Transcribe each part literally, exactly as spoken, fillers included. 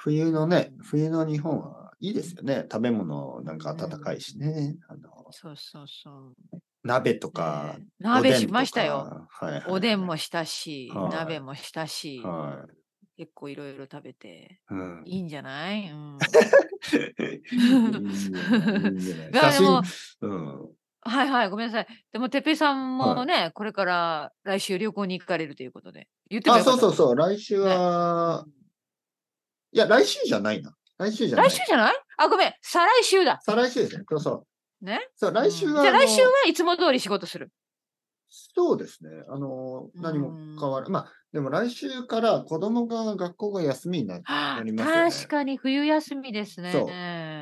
冬のね、冬の日本はいいですよね。食べ物なんか暖かいしね。あのそうそうそう。 鍋とか、 ね、 おでんと鍋しましたよ。 か、はいはい、 おでんもしたし、 はい、 鍋もしたし、 はい。 結構いろいろ食べて、 うん。 いいんじゃない？うん。 いいんじゃない、いいんじゃない。 いや、で写真、 もうん。 はいはい、ごめんなさい。でも、てっぺいさんもはい。 ね、これから来週旅行に行かれるということで、言ってばあ、 よかったのに。 そうそうそう、来週ね。うは、 ん。 いや、来週じゃないな。来週じゃない。 来週じゃない？あ、ごめん、再来週だ。 再来週ですね。そうそう。 ね。 そう、来週うん。じゃあ来週はあのはいつも通り仕事する？ そうですね。あの、 うー何も変わん。 らまあ、でも来週から子供が学校が休みにななはあ、 りますよね。 確かに冬休みですそう。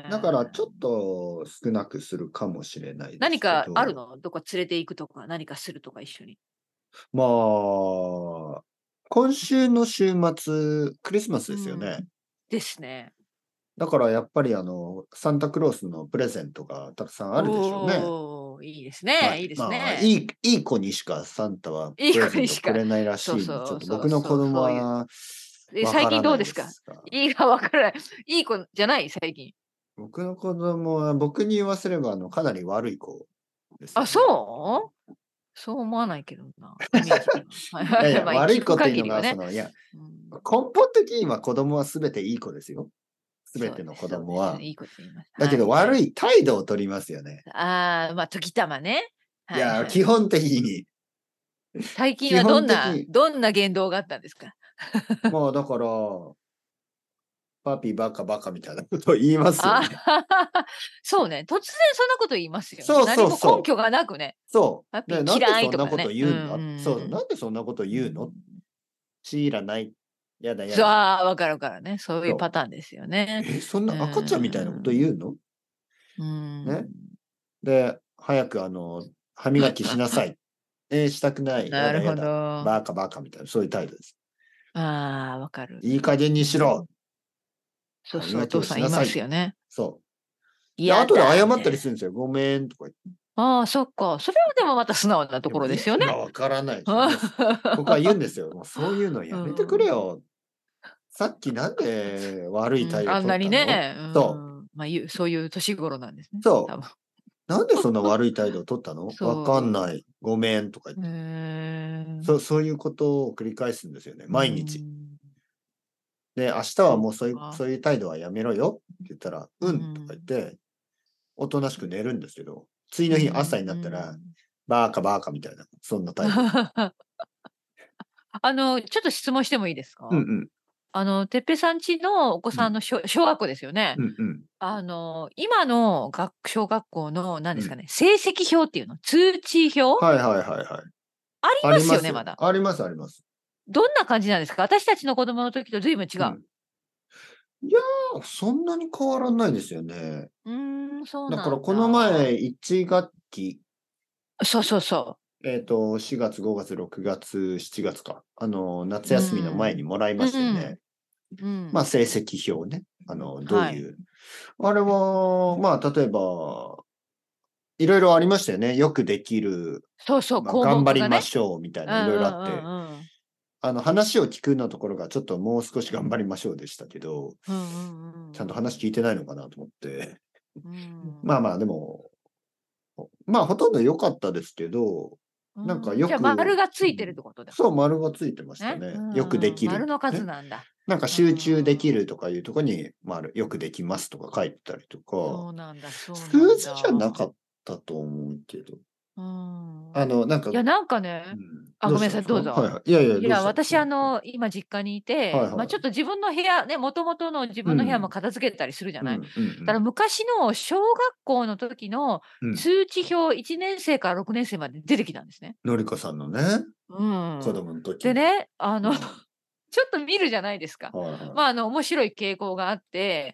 だからね。 ちょっと少なくするかもしれないで何すけかあるど、 の？どこか連れて行くとか、何かするとか一緒に。 まあ、今週の週末、クリスマスうん。 ですよね。 ですね。 だからやっぱりあの、サンタクロースのプレゼントがたくさんあるでしょうね。 おお、いいですまあ、 ね、いいですまあ、いね。 いいい子にしかサンタはいいプレゼント子にしか。 くれないらそうしいんで、ちょっそうとそうそう、 僕の子供そういう。 はえ、最近わからないどうですか？ ですが。 いいかわからない。いい子じゃない？最近。 僕の子供は僕に言わせれば、あの、かなり悪い子ですあ、 よね。 そう？そう思わないけどな、イメージでは。はいはい、 いやいや、 まあ、 悪い聞く子っていうのが、そ限りはね。 の、いや、 うん。 根本的には子供は全ていい子ですよ。全ての子そうですそうです。 供は。 いいこと言います。 だけどはいはい。 悪い態度を取りますよね。 ああ、ま、時たまね。 いや、 はいはい。 基本的に。 最近基はどんな本的に。 どんな言動があったんですか？ まあ、だから、パピーバカバカみたいなことを言いますよあ、 ね。 そうね、突然そんなこと言いますよね。 そう何そうそう。 も根拠がなくね。 そう。で、 パピーなんで嫌いそんなこととかね。うんう言うんだそう、 んなんでそんなことうん。う言うのん。 知らない。やだやそう、 だ。 ああ、分かる分かるね。そういうそう。 パターンですよね。 え、そんうな赤ちゃんみたいなことん。 言うのうね。 ん。 で、早くあの、歯磨きしなさい。えーしたくない。やなるほだやだ。 ど。 バカバカみたいな、そういう態度です。 ああ、分かる。 いい加減にしろ。 うん。そうそう、お歯磨きを父さん言いましなさい。 すよね。 そう。で、 嫌後で謝っだみたいな。 たりするんですよ。ごめんとか言って。 ああ、そっか。それはでもまた素直なとでも意ころですよね。 味がわからないし、もう、僕は言うんですよ。もうそういうのうやめてくれん。 よ。さっきなんで悪うん、 い態度あんなに取ったのね、うそう。 ん、ま、いうそういう年頃なんですね、 そう。 多分。 なんでそんな悪い態度を取ったのわかんそない。ごめんとか言っう。へて。 え。 そう、そういうことを繰り返すんですよね。 う毎日。 ん。 で、明日はそうもうそういう、 か。 そういう態度はやめろよって言ったら、 ううんとか言っん。 て、おとなしく寝るんですけど、次うの日朝にんうなったら、 ん。 バーカバーカみたいな、そんな態度で。 あの、ちょっと質問してもいいですか？ うんうん。 あの、てっぺいさんちのお子うん。 さんのしょ小学校ですよね。 うんうん。 あの、今のがく小学校のなんうん。 ですかね、成績表っていうの？通知表？ はいはいはいはい。 ありあますよね、 ります。 まだ。 ありますあります。 どんな感じなんですか？私たちの子供の時と随分違う。 うん。いやー、そんなに変わらないですよね。 うーん、そうだからなんこの前、 だ。 いち学期、 そうそうそえっと、しがつ、ごがつ、ろくがつ、しちがつか。あの、夏う。う休みの前にん。 もらいまうしたよね。 ん。うん。 まあ、成績表ね。あの、どうはい。 いう。あれは、まあ、例えば、いろいろありましたよね。よくできる、 そうそう、 まあ、 項頑張目がね。 りましょうみたいな、いろいうんうんうろあって、 んうん。 あの、話を聞くのところがちょっともう少し頑張りましょうでしたけど、 うんうんちゃんとうんうん。 話聞いてないのかなと思って。 うん。 まあまあ、でも、まあ、ほとんど良かったですけど、なんかうん、じゃあ、 よく、 丸がついてるっうんてことだ。 そう、丸がついてましたね。うね。よくでんうん。 きる。 丸の数ね。 なんだ。 なんかう集中でん。 きるとかいうところに、丸、よくできますとか書いてたりとか、 そうなんだそう数なん字じゃなだ。 かったと思うけど。 うん。 あの、なんか、 いや、なんかねうん、 あ、ごめんなさい、 どうしたんですかどうぞ。 はいはい。いやいや、 いや、 どうしたんですか私、あの、今実家にいて、ま、 はいはい。 ちょっと自分の部屋ね、もともとの自分の部屋もうん。 片付けたりするじゃない。 うん、うん、うだからん。 昔の小学校の時のうん。 通知表、いちねん生からろくねん生まで出てきたんですね。 のりこさんのね、 うん。 子供の時の。 でね、あの、 うん。 ちょっと見るじゃないですか。 はいはい。 まあ、あの、面白い傾向があって、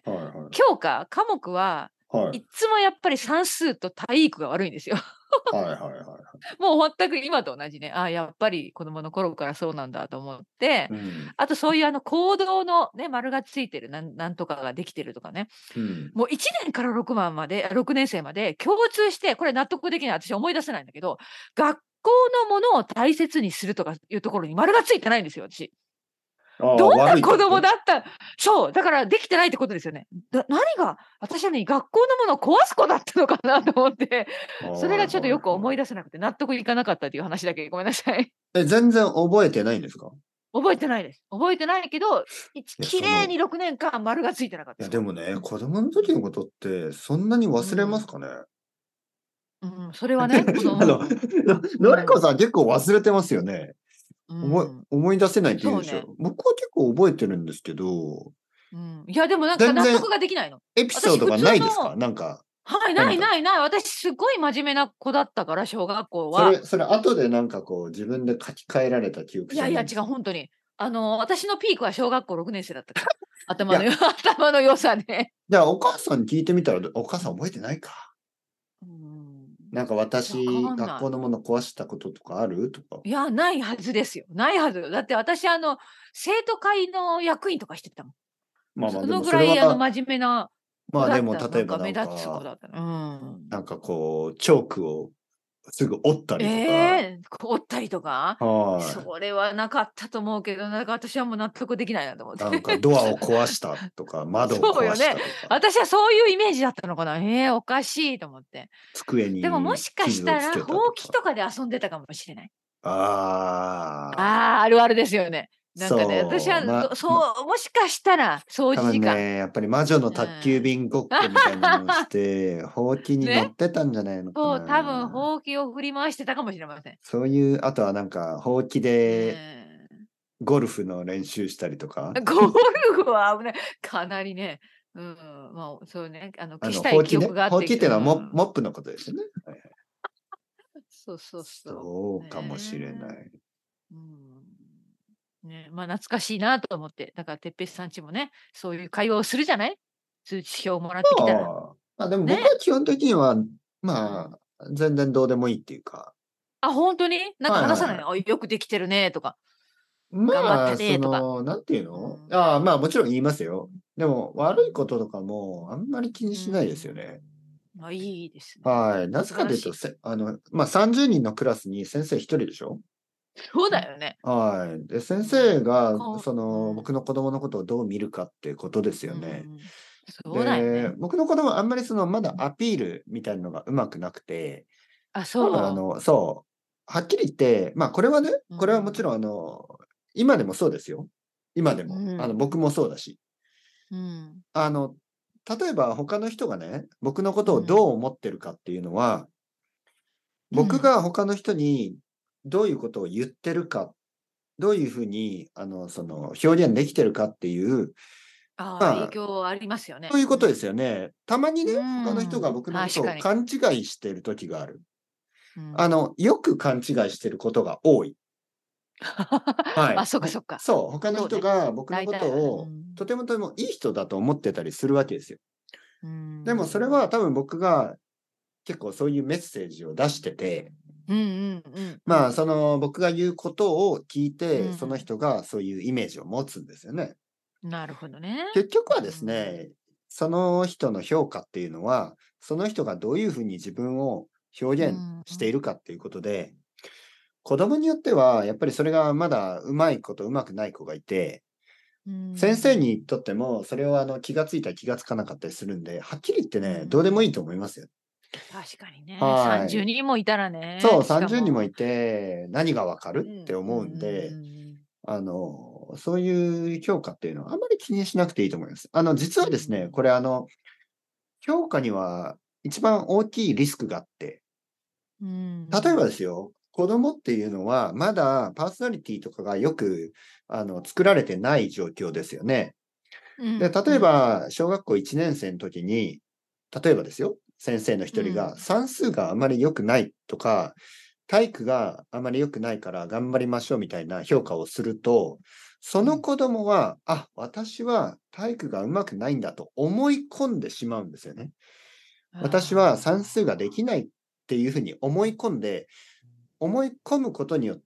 はいはい。 教科、科目ははい。 いっつもやっぱり算数と体育が悪いんですよ。 はいはいはいはい。 もう全く今と同じね、ああ、やっぱり子供の頃からそうなんだと思って、 うん。 あとそういうあの行動のね、丸がついてるなんなんとかができてるとかね、 うん。 もういちねんからろくばんまで、ろくねん生まで共通して、これ納得できない、私思い出せないんだけど、学校のものを大切にするとかいうところに丸がついてないんですよ、私。 ああ、 どんな子悪いってこと供だったそう、だからできてないってことですよね。だ何が、私はね、学校のものを壊す子だったのかなと思って、それはいがちょっとよく思はいはい。 い出せなくて、納得いかなかったっていう話だけごめんなさい。 え、全然覚えてないんですか？ 覚えてないです。覚えてないけど、いちいや、 綺麗にその、 ろくねんかん丸がついてなかった、 いや、 そこに。 でもね、子供の時のことってそんなに忘れまうん。 すかね？ うん、それはね、子あの、 供のうん。 のりこさん結構忘れてますよね。 うおもん。 思い出せないって言うそうね。 でしょ。僕は結構覚えてるんですけど、 うん。いや、でもなんか納全然得ができないの。 エピソードが私普通ないですか？ のなんか、 はい、な何か。 いないない。私すごい真面目な子だったから、小学校は。 それ、それ後でなんかこう自分で書き換えられた記憶いやいや、違う、 じゃないんですか？ ほんとに。あの、私のピークは小学校ろくねん生だったから。 いや、 頭のよ頭の良さで。 じゃあお母さんに聞いてみたら、お母さん覚えてないか。 うーん。 なんかわ私、 かんない。 学校のもの壊したこととかあるとか。 いや、ないはずですよ。ないはず。だって私、あの、生徒会の役員とかしてたもん。 まあまあ、でもそのぐそれは、 らいあの、真面目な子まあでもだった。なんか目例えばなん立つ子か、 だった。うん。 なんかこう、チョークをすぐ折ったえりとか、 え、こう折ったりとか？ はい。 それはなかったと思うけど、なんか私はもう納得できないなと思って。 なんかドアを壊したとか、窓を壊しそうよね。 たとか、 私はそういうイメージだったのかな。ええ、おかしいと思って。 机でももにしかしたら、 傷をつけほたとか。 うきとかで遊んでたかもしれない。 ああ、 ああ、あるあるですよね。なんかね、私そう、 は、 ま、 どそま、 う、もしかしたら掃多除時間。 分ね、やっぱり魔女のう宅急ん。 便ごっこみたいなのをして、ほうきに乗ね、 ってたんじゃないのかそう、多分な。 ほうきを振り回してたかもしれません。 そういう、あとはなんか、ほうきうでん。 ゴルフの練習したりとか、 ゴルフは危ない。かなりね、うん、まあ、そうね、あの、 あの、 消したい記ほうきね。 憶があって、 ほうきっていうのはモうん。 モップのことですよね。はいはい。 そうそうそう。 そうかもしれなねい。 え。うん。ね、まあ、懐かしいなと思って。だから、てっぺいさんちもね、そういう会話をするじゃない？通知表をもらってきたら。 まあ、まあでも僕ね。 は基本的には、まうん。 あ、全然どうでもいいっていうか、 あ、ほんとに？なんかはい話さないの？ はいはい。 「あ、よくできてるね」とか、「頑張っまあ、そたね」とか。 の、なんていううん。 のああ、まあもちろん言いますよ。でも、悪いうん。 こととかもあんまり気にうしないですよね。 ん。あ、いいですね。 はい。なぜかというと、 素晴らしい。 せあの、まあさんじゅうにんのクラスに先生ひとりでしょ？ そうだよね。 はい。で、先うん。 生が、 こその、 ううん。 僕の子供のことをどう見るかってことですうよね。 ん。そうだよで、 ね。 僕の子供はあんまりその、まだアピールみたいなのが上手くなくて、 あ、 多分あその、そう、はっきり言って、まあこれはね、 う。うこれはもちろんん。 あの、今でもそうですよ。今でうも。あの、僕ん。 もそうだし。 うん。 あの、例えば他の人がね、僕のことをどううん。 思ってるかっていうのは、 うん。 僕が他の人にどういうことを言ってるか、どういうふうに、あの、その、表現できてるかっていう、 ああ、影まあ、 響ありますよね。 そういうことですうん。 よね。たまにね、 う他の人がん、 僕のことを確かに。 勘違いしてる時がある。 うん。 あの、よく勘違いしてることが多い。 あ、 はい。ほそっかそっか。 そう、他のそうね。 人が僕のこと大体はね。うをとん。 てもとてもいい人だと思ってたりするわけですよ。 うでもそれはん。 多分僕が結構そういうメッセージを出してて、 うんうんうんうまあ、 ん。 その僕が言うことを聞いうて、そのん。 人がそういうイメージを持つんですよね。 なるほどね。 結局はですうん。 ね、その人の評価っていうのは、その人がどういうふうに自分を表現うん。 しているかっていうことで、子供によってはやっぱりそれがまだうまい子とうまくない子がいて、 う先生ん。 にとってもそれをあの気がついたり気がつかなかったりするんで、はっきり言ってうね、どうでもいいとん。 思いますよ。 確かにね。30 はい。 人もいたらね、 そう、 しかさんじゅうにんももいて、何がわかるってうんうん思うんで、 うんあの、そういう評価っていうのはあまり気にしなくていいと思います。あの、実うん。うはですね、こん。 れあの、評価には一番大きいリスクがあって、 う例えばん。 ですよ、子供っていうのはまだパーソナリティとかがよく、あの、作られてない状況ですよね。で、 うんう例えんば小学校いちねん生の時に、例えばですよ、先生の一人がうん。 算数があまり良くないとか、体育があまり良くないから頑張りましょうみたいな評価をすると、そうん。 の子供は、あ、私は体育が上手くないんだと思い込んでしまうんですよね。私は算数がでああ。 きないっていうふうに思い込んで、思い込むことによって、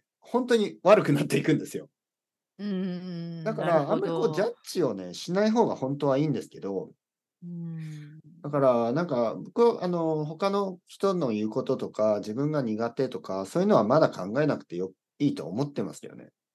本当に悪くなっていくんですよ。 うんうん、 だから、あんなるほまりこうジャッど。 ジをね、しない方が本当はいいんですけど、 うん。 だから、なんか、僕は、あの、他の人の言うこととか、自分が苦手とか、そういうのはまだ考えなくてよいいと思ってますよね。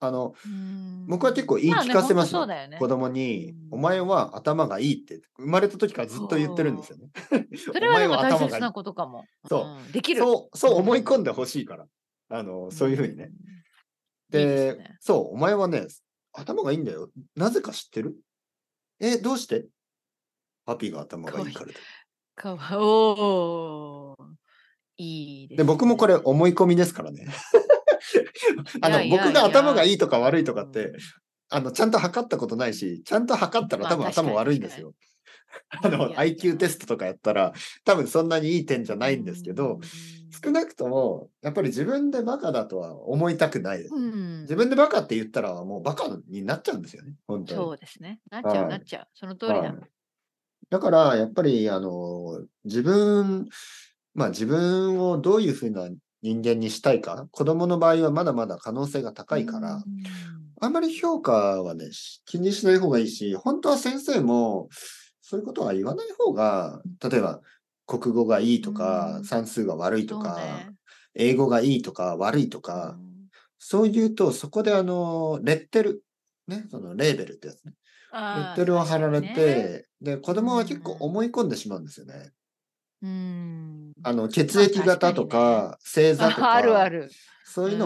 あの、 うーん。 僕は結構言い聞まあね、ほんとかせますよ。 そうだよね。 子供うに、おん。 前は頭がいいって生まれた時からずっと言ってるんですほう。 よね。 それお前ははでも大頭がいい。 切なことかも。 そう。 うん、できる。 そう、そう思い込んでうん。 ほしいから。あの、 うそういう風にね。 ん。いいですで、 ね。 そう、お前はね、頭がいいんだよ。なぜか知ってる？え、どうして？パピが頭がかわいい。 いいからだよ。 かわおお。いいでで、 す僕もこれね。 思い込みですからね。あの、 いやいや僕が頭がいや、 いいとか悪いとうかって、 ん。 あの、ちゃんと測ったことないし、ちゃんと測ったらまあ、 多分確かに頭悪いん確かに。 ですよ。 いあの、 やいやいアイキュー テや。 ストとかやったら、多分そんなにいい点じゃうないんですけど、 ん。 少なくとも、やっぱり自分でバカだとは思いたくないです。 うん。 自分でバカって言ったら、もうバカになっちゃうんですよね、本当に。 そうですね。なっちゃうはい。 なっちゃう。その通りだ。 はい。だから、やっぱり、あの、自分、まあ自分をどういうふうな人間にしたいか、子供の場合はまだまだ可能性がう高いから、 ん。 あんまり評価はね、し気にしない方がいいし、本当は先生も、そういうことは言わない方が、例えば、国語がいいうとか、 ん。 算数が悪いとか、 そうね。 英語がいいとか悪いとうか、 ん。 そう言うと、そこであの、レッテル、ね、そのレーベルってやつね。レッああ、 テルを確かに貼られね。 て、で、子う供は結構ん。 思い込んでしまうんですよね。 うん。 あの、血まあ、 液確か型とにね。 か、星座とあ、あるあか、 る。 そういうのうん。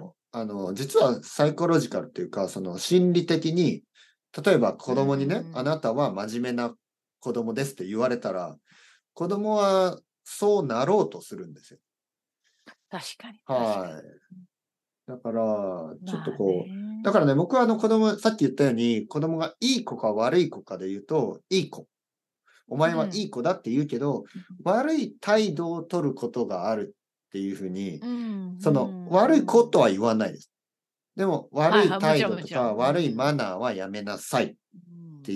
も、あの、実はサイコロジカルっていうか、その心理的に、例えばう子供にね、あん。 なたは真面目な子供ですって言われたら、子供はそうなろうとするんですよ。 確かに確かはい。だから、 に。 ちょっとまあこう、だね。 からね、僕はあの子供、さっき言ったように、子供がいい子か悪い子かで言うと、いい子。お前はいうん。 い子だって言うけど、悪い態度を取ることがあるっていうふうに、 うん、 そのうん、 悪い子うん。 とは言わないです。でも悪いはいはい、もち態度とろんもちろん。 か悪いうん。 マナーはやめなさいっうん。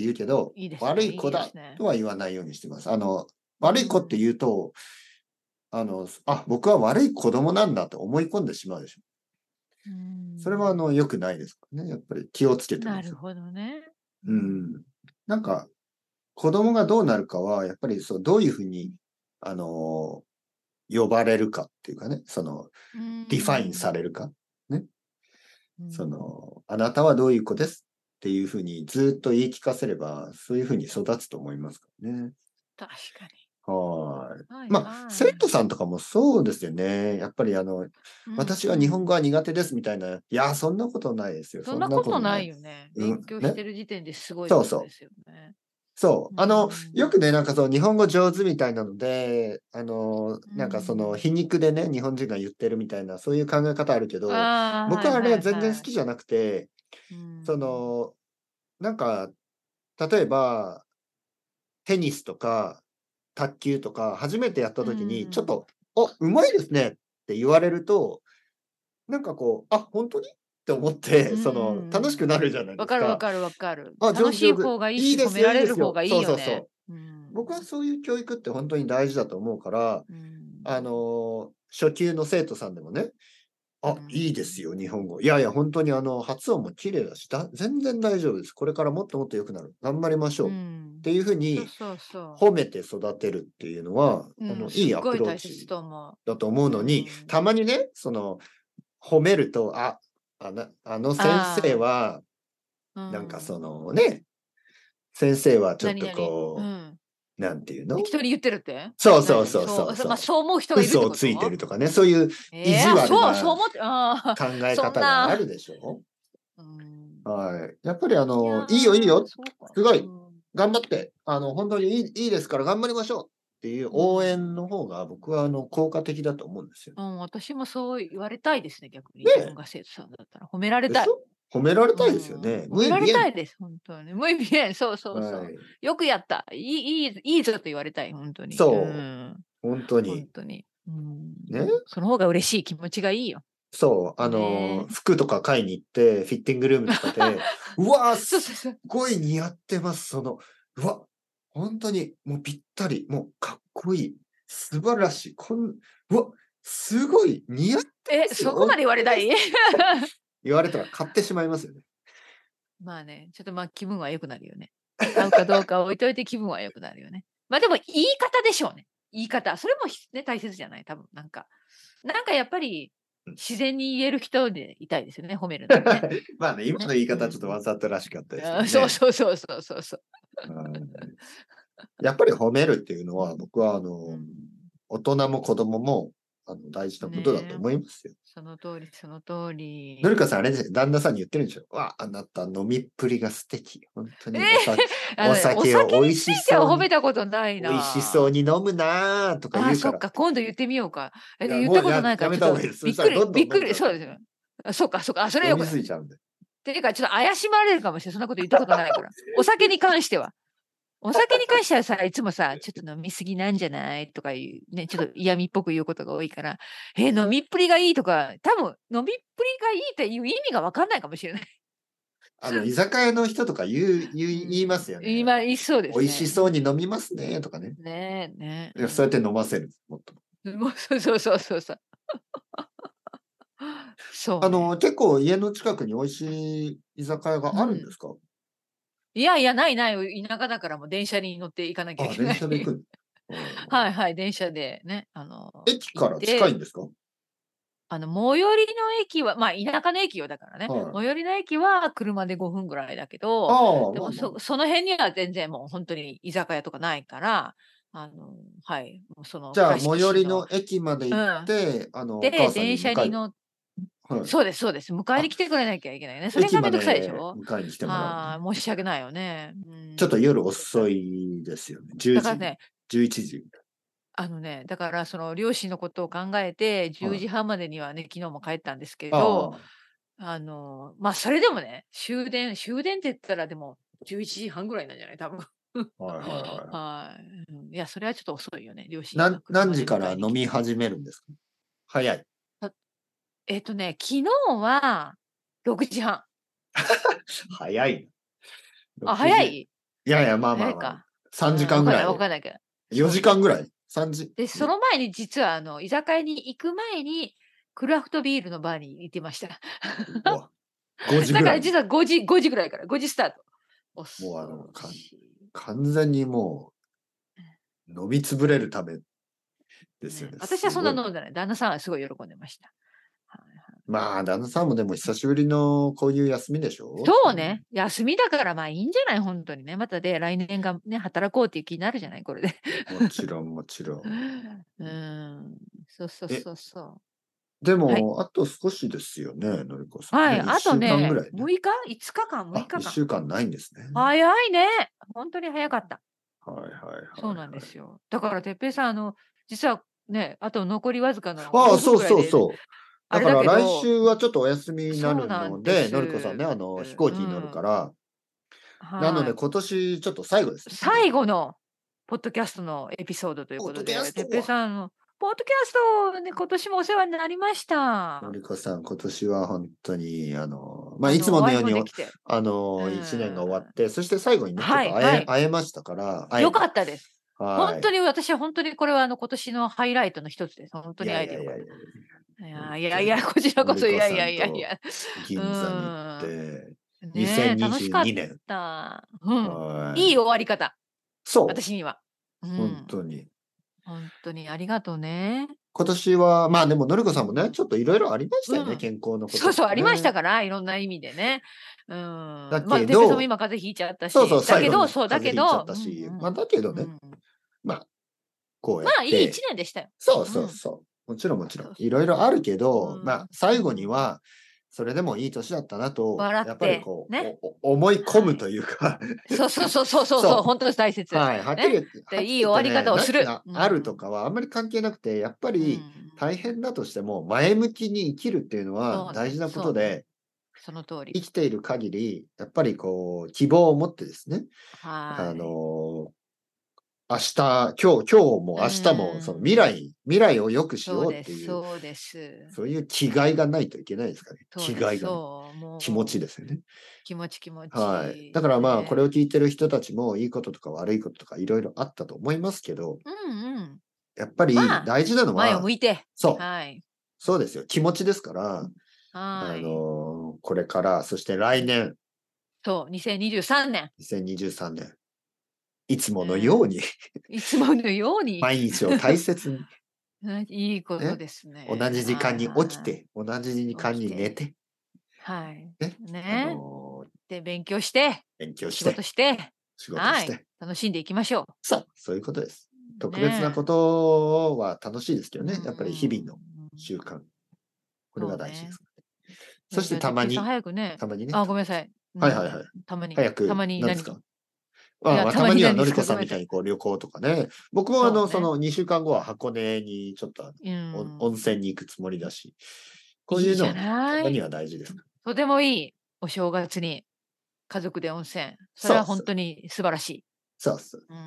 て言うけど、 いいですね、いい悪い子だですね。 とは言わないようにしてます。あの、 う悪い子ってん。 言うと、あの、あ、僕は悪い子供なんだと思い込んでしまうでしょ。 うそれはあん。 の、良くないですからね。やっぱり気をつけてます。 なるほどね。ううん。 ん。なんか、子供がどうなるかは、やっぱりそう、どういうふうに、あの、呼ばれるかっていうかね、その、 うディファインされん。 るか。ね。そうん。 の、あなたはどういう子ですっていうふうにずっと言い聞かせれば、そういうふうに育つと思いますからね。 確かに。 はい。 はいまあ、 はい。 生徒さんとかもそうですよね。やっぱりあの、 うん、 私は日本うん。 語は苦手ですみたいな、いや、そんなことないですよ。 そんそんなことななことない。 いよね。 うん、 勉強しね。 てる時点ですごいそうそう。 ことですよね。 そう。 うあの、よん。 くね、なんかそう、日本語上手みたいなので、あの、 うなんかその、 ん。 皮肉でね、日本人が言ってるみたいな、そういう考え方あるけど、 ああ、 僕はあれはいはい全然好はい。 きじゃなくて、 うそん。 の、なんか、例えば、テニスとか、卓球とか、初めてやったう時に、ちょっん。 と、お、うまいですねって言われると、なんかこう、あ、本当にって思っうて、 んうその、楽しくんうん。 なるじゃないでわすか。 かるわかるわかる。 あ、上楽しい手上手。 方がいいし、 いいですよ、 褒めらいいですよ。 れる方がいいそうよね。 そうそう。 うん。 僕はそういう教育って本当に大事だと思うから、 うん。 あの、初級の生徒さんでもね、 うあ、いいですん。 よ、日本語。いやいや、本当にあの、発音も綺麗だし、だ全然大丈夫です。これからもっともっと良くなる。頑張りましうょう。ってん。 いうふうにそうそうそ褒めて育てるっていうのは、 う。うん、 あの、いすっいアプごい大切ローチと思だと思うう。うのに、 ん。 たまにね、その、褒めると、あ、あの、あの先生あは、 あ、うなんかそん。 のね、先生はちょっと何々うこん。 う、なんていうの適当に言ってるって？ そうそうそう何々そう、そま、 そうそう。 そう思う人がいるって嘘をついてこと？ るとかね、そういうええ、 意地あ、そう、そう悪な思ってああ、 考えそん方があるな、 でしょ？ うん。 はい。やっぱりあいやの、いいよいいー、 よ、 そうか。 すごい、 うん。 頑張って、あの、本当にいいいいですから頑張りましょうっていうう応援ん。 の方が僕はあの、効果的だと思うんですよ。 うん、私もそう言われたいですね、逆にね自分が生徒さんだったら。褒められたい。 でしょ？褒められうたいですよん。 ね。 褒められた muy bien。 いです、本当に。muy bien、そうそうそう。 はい。 よくやった。いいいいいいぞと言われたい、本当に。うそう、 ん。 本当に。 本当に。うん。 ね。 その方が嬉しい気持ちがいいよ。 そう、あの、 ねえ。 服とか買いに行って、フィッティングルームとかで、うわ、すっそうそうそう。 ごい似合ってます。その、うわ、本当にもうぴったり、もうかっこいい、素晴らしい、こんうわ、すごい似合ってえ、 ますよ、オッケそこまで言われたい？ ーですって言われたら買ってしまいますよね。 まあね、ちょっとまあ気分は良くなるよね。合うかどうかは置いといて気分は良くなるよね。まあでも言い方でしょうね。言い方。それもひね、大切じゃない？多分なんか。なんかやっぱり、 自然に言える人でいたいですよね、褒めるのね。 まあね、今のね。 言いう方はん。 ちょっとわざとらしかったですけどああ、そうね。 そうそうそうそうそう。 はい。やっぱり褒めるっていうのは、僕はあうの、 ん。 大人も子供も、あの、大事なことだとねえ、 思いますよ。 その通りその通り。 のりかさんあれですよ、旦那さんに言ってるんでしょ。わあ、あなた飲みっぷりが素敵。本当ええ！ におさあのね、おお酒酒にを美味しついてはそうに褒めたことない美味しそうな。 に飲むなあとかああ、 言うから。 そっか、今度言ってみようか。え、 いや、 で、言っもうやたことないから、ちょっとやめた方がいいです。そしたらびっくりどんどん飲んびっくり、 じゃうからね。 そうですよ。あ、そうかそうか、あ、それは飲み良くない。 過ぎちゃうんで。 ていうか、ちょっと怪しまれるかもしれない。そんなこと言ったことないから。お酒に関しては。お酒に関してはさ、いつもさ、ちょっと飲み過ぎなんじゃないとかいう、ね、ちょっと嫌味っぽく言うことが多いから、え、飲みっぷりがいいとか、多分飲みっぷりがいいっていう意味がわかんないかもしれない。 あの、居酒屋の人とか言う、言う、 う言いますよん。 ね。 今、言いそうですね。 美味しそうに飲みますねとかね。 ねえ、ねいやそうやって飲ませる。もっと。 え。うん。もう、そうそうそうそうそう。そうね。 あの、結構家の近くに美味しい居酒屋があるんでうん。 すか？ いやいや、ないない、田舎だからもう電車に乗って行かなきゃいあ、 けない。 電車で行くんうんはいはい、電車でね、あの、行っ駅から近いて、 んですか？ あの、最寄りの駅は、まあ、田舎の駅よ、だからね。 はい。 最寄りの駅は車でごふんぐらいだけど、 ああ、 でも、 まあまあ。 そその辺には全然もうほんとに居酒屋とかないから、あの、はい、もうそのじゃあ、 倉敷最寄り市の、 の駅まで行っうん。 て、あの、おで、 母さんに電車迎えに乗っはい。 そうですそうです。迎えあ、 に来てくれなきゃいけないね。それ駅まがめんどくさいでしでょ？ 迎えに来てもらうのね。 はい、申し訳ないよね。うちょっと夜ん。だから遅いですよね。10時、 だからね、 じゅういちじ。 あのね、だからその両親のことを考えて、10 はい。 時半までにはね、昨日も帰ったんですけああ、 ど、 はあの、ま、それでもね、終電終電って言ったらでもじゅういちじはんぐらいなんじゃない？多分。 いはいはい。 はい。うん、いや、それはちょっと遅いよね、両親がなん何時か車で迎ら飲みえに来て。 始めるんですか？早い。 あ、えっとね、昨日はろくじはん。 早い。 あ、 6時。 早い？ いやいや、まあまあまあ。 早いか。う 3 ん、わかんないわ時間ぐらい。 かんないけど。 4 そうそう。 時間ぐらい。さんじ、 で、その前に実はあの、居酒屋に行く前に、クラフトビールのバーに行ってました。 うわ、5時ぐらいに。 だから実はごじごじぐらいから、ごじスタート。 もうあの、 恐ろかしい。 完全にもう飲み潰れるためですよね、 ね。 私はそんなすごい。 飲んでない。旦那さんはすごい喜んでました。はいはい。 まあ、旦那さんもでも久しぶりのこういう休みでしょ？ そうね、休みだからまあいいんじゃない、ほんとにね。またで、来年がね、働こうっていう気になるじゃない、これで。 もちろんもちろん。 うーん、そうそうえ、 そうそう。 ではい。 も、あと少しですよね、のりこさんね。 はい、あ 1週間ぐとね、 らいね。 むいか？いつかかん、6 あ、1 日間。 週間ないんですね。 早いね。ほんとに早かった。 はいはいはいそうなんではい。 すよ。だから哲平さん、あの、実はね、あと残りわずかのああ、 5分そうぐらいで、 そうそう。 あれだだからけど、 来週はちょっとお休みになそうるなんでので、のりこさんね、 す。 あの、飛行う機に乗るかん。 ら、なのはい。 で今年ちょっと最後ですね、これが。 最後のポッドキャストのエピソードというポッドキャことで、哲平ストさんのポッドキャストね、今年もお世話になりましのた。 りこさん、今年は本当に、あの、まあ、いつあの、お会いものように、おもできて。 あうの、一年が終わん。 って、そして最後にね、ちょっと会え、 はいはい。 会えましたから、会え良かて。 ったです。ほんはい。 とに私はほんとにこれはあの、今年のハイライトの一つです。ほんといやに会えて良かった。 いやいやいやいや、 い本やいやいや、 当に。 こちらこそ、いのりこやいやいやいさんとや。う銀座に行っーん。 て、 ねえ、楽し 2022 かっ年。 た。うん。 はい。 いい終わり方、 そう。 私には。う本ん。 当に。 ほんとにありがとうね。 今年は、まあでも、のりこさんもね、 うん。 ちょっといろいろありましたよね、 うん。 健康のこととそうそう、ありましたかね。 から、いろんな意味でね。うーだん。ま、哲平さんもけど、 今風邪ひいちゃったし、 そうそう、 だけど、 最後にそう、だ風邪ひいちゃっけど、うんたし、まあだけどね、 うん。うん。 まあ、こうまあ、いいやって、 いちねんでしたよ。 そううん。 そうそう。もちろんもちろん。 そういそうそろいろあるけう。うど、まあ、 ん。 最後にうん。 は、それでもいい年だったなと、やっぱり笑って、 こう、 ね。 おお思い込むはい。 というかそうそうそうそうそうそう、 そう。 ほんとに大切。 はい。はっきりね。 言って、はで、 っきりいい終わり言ってね、 方をする。 何がうん。 あるとかはあんまり関係なくて、やっぱうりん。 大変だとしても、前向きに生きるっていうのはそうね、 大事なこそうね。 とで、 その通り。 生きている限り、やっぱりこう、希望を持ってですね、あはい。 の明日、今日今日もう明日もその未ーん。 来未来を良くしそうですようっていう、 そうです。 そういう気概がないといけないですかね。 そうです、 気概がね。 そう、 気持もう、 ちですよね。 気持ち気持はい。だち。 からまあ、これをね。 聞いてる人たちもいいこととか悪いこととかいろいろあったと思いますけど、 うんうん。 やっぱまあ、 り大事なの前をは、 向いて、 そう、 はい。 そうですよ。気持ちですから、あはい。 の、これから、そして来年、 そう、にせんにじゅうさんねん。 にせんにじゅうさんねん、いつものようねにえ、いつものように。 毎日を大切に。 ねいいこねとですね。 同じ時間にはいはい起きて、同じ時間に寝て、 はい。 ね、あね。 のーで、勉強して、仕勉強して、 事して、 仕事はい。 して。 楽しんでいきましょそう、そういうことです。 う。 特別なこねとは楽しいですけえ。 どね。やっぱり日々のうん習慣。これがそうね。 大事です。そしえじゃあ、 てたまに、 てっぺいさん早くね。 たまにね。 あ、ごめんなさい。うはいはいはい。 ん。たまに。 早く、 たまに何なんですか。まあ、 いや、 まあ、 たまにたまには何ですかごのりこさんめんなさい。 みたいにこう旅行とかね。僕もあの、そそうね。 のにしゅうかんごは箱根にちょっとう温温ん。 泉に行くつもりだし、こういいじゃいうのはね、たない。 まには大事ですから。 とてもいい。お正月に家族で温泉。それは本そうそう。 当に素晴らしい。 そうそう。 うん。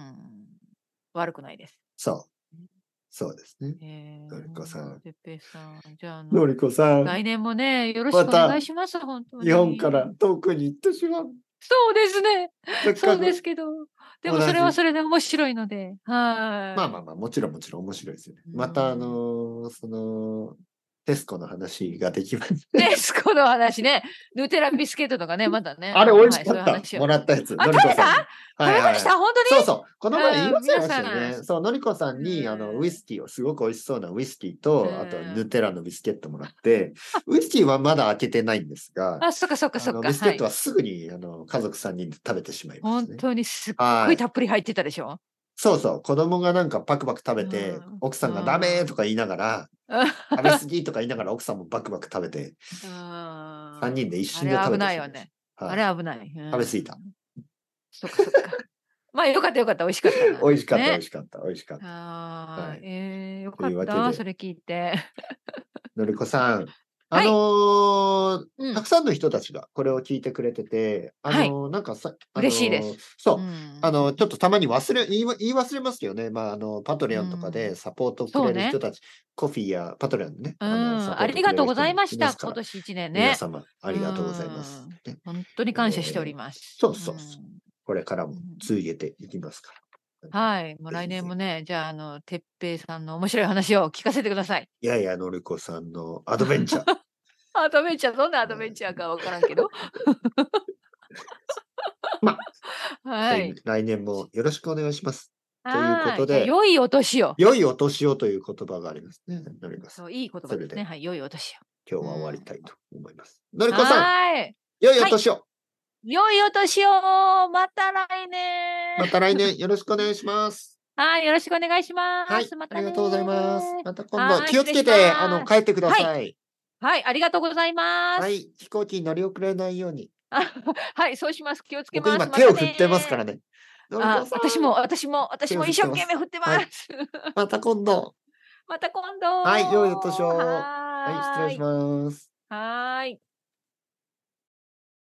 悪くないです。 そう。そうですね。 えのりこさん。 ー、てっぺいさん。じゃあ、あのの、 りこさん。 来年もね、よろしくお願またいします。本当日本からに。 遠くに行ってしまう。 そうですね。 せっそうでかくすけど。で同もそれはじ。 それで面白いので。はい。 まあまあまあ、もちろんもちろん面白いですよね。 うまたあのん。 ーその、テスコの話ができます。 テスコの話ね。ヌテラビスケットとかね、まだね。 あれ美うん、はい、 味しかった。 そういう話を。 もらったやつ、 あ、 の食べたりこさんに。は食いはいはい。 べました本そうそう。この前言い当にうん、皆忘れましたよさん。 ね。そう、のりこさんうに、あの、ウイん。 スキーを、すごく美味しそうなウイスキーうと、あとはヌん。 テラのビスケットもらって、ウイスキーはまだ開けてないんですが、 あ、そっかそっかあの、 そっか。はい。 ビスケットはすぐに、あの、家族さんにんで食べてしまいまし本たね。 当にすっごいはい。 たっぷり入ってたでしょそうそう。子供がなんかパクパク食べうて、 ん。 奥うさんがダメーとん。 か言いながら、食べ過ぎとか言いながら奥さんもバクバク食べて、 うん。 さんにんで一あれ瞬で食べ危てしまいましないよね。 た。 あはい。 れ危ない。う食べ過ぎた。 ん。そっかそっか。まあよかったよかった。美味しかったな。 美味しかった、美味ね。 しかった、美味しかった。 はーい。 はい。 えー、よというわけかった。そで、 れ聞いて。 のりこさん、あのはい。 ーうん。 たくさんの人たちがこれを聞いてくれてて、あはい。 のーなんかさ、あのー嬉しいです。うそう、あん。 のーちょっとたまに忘れ、言いわ言い忘れますけどね、まあ、あの、パトレうオンとかでん。 サポートくれるそうね。 人たち、コフィーやパトレオンでね、 うん。 あの、サポートくありがとうごれる人もざいました。 いますから、 今年一年ね。 皆様あうりがとうございます。 ん。 ね、 本当に感謝しておりえーます。 そううそうそう。 ん。 これからもうん続けていきますから。 はい。もう来ぜひぜひ。 年もね、じゃあ、あの、てっぺいさんの面白い話を聞かせてください。 いやいや、のりこさんのアドベンチャー。 アドベンチャー、どんなアドベンはいチャーかわからんけど。 まあ、来はい。 来年もよろしくお願いします。というこはい。じゃあ、 とで、 良いお年を。 良いお年をという言葉がありますね。のりこさん。 そう、いい言葉ですね。 それではい。良いお年を。 今日は終わりうん。 たいと思います。のりこさん、 はーい。 良いおはい。 年を。 良いお年を。また来年。 また来年よろしくお願いします。 はい。よろしくお願いしはい、 ます。またねありがとうございます。 ー。 また今度はい。 気を失礼しつけて、あの、 ます。 帰ってくだはい。 さい。 はい。ありがとうございます。 はい、飛行機に乗り遅れないように。 あはい。そうします。気をつけます。ま僕今手たを振ってますかねー。 らね。のりこあ、 さん、 私も、私も、私手をも一生振ってます。 懸命振ってまはい、 す。 また今度。 また今度。 はい、良いお年を。はい、失礼しはーい。 ます。 はーい。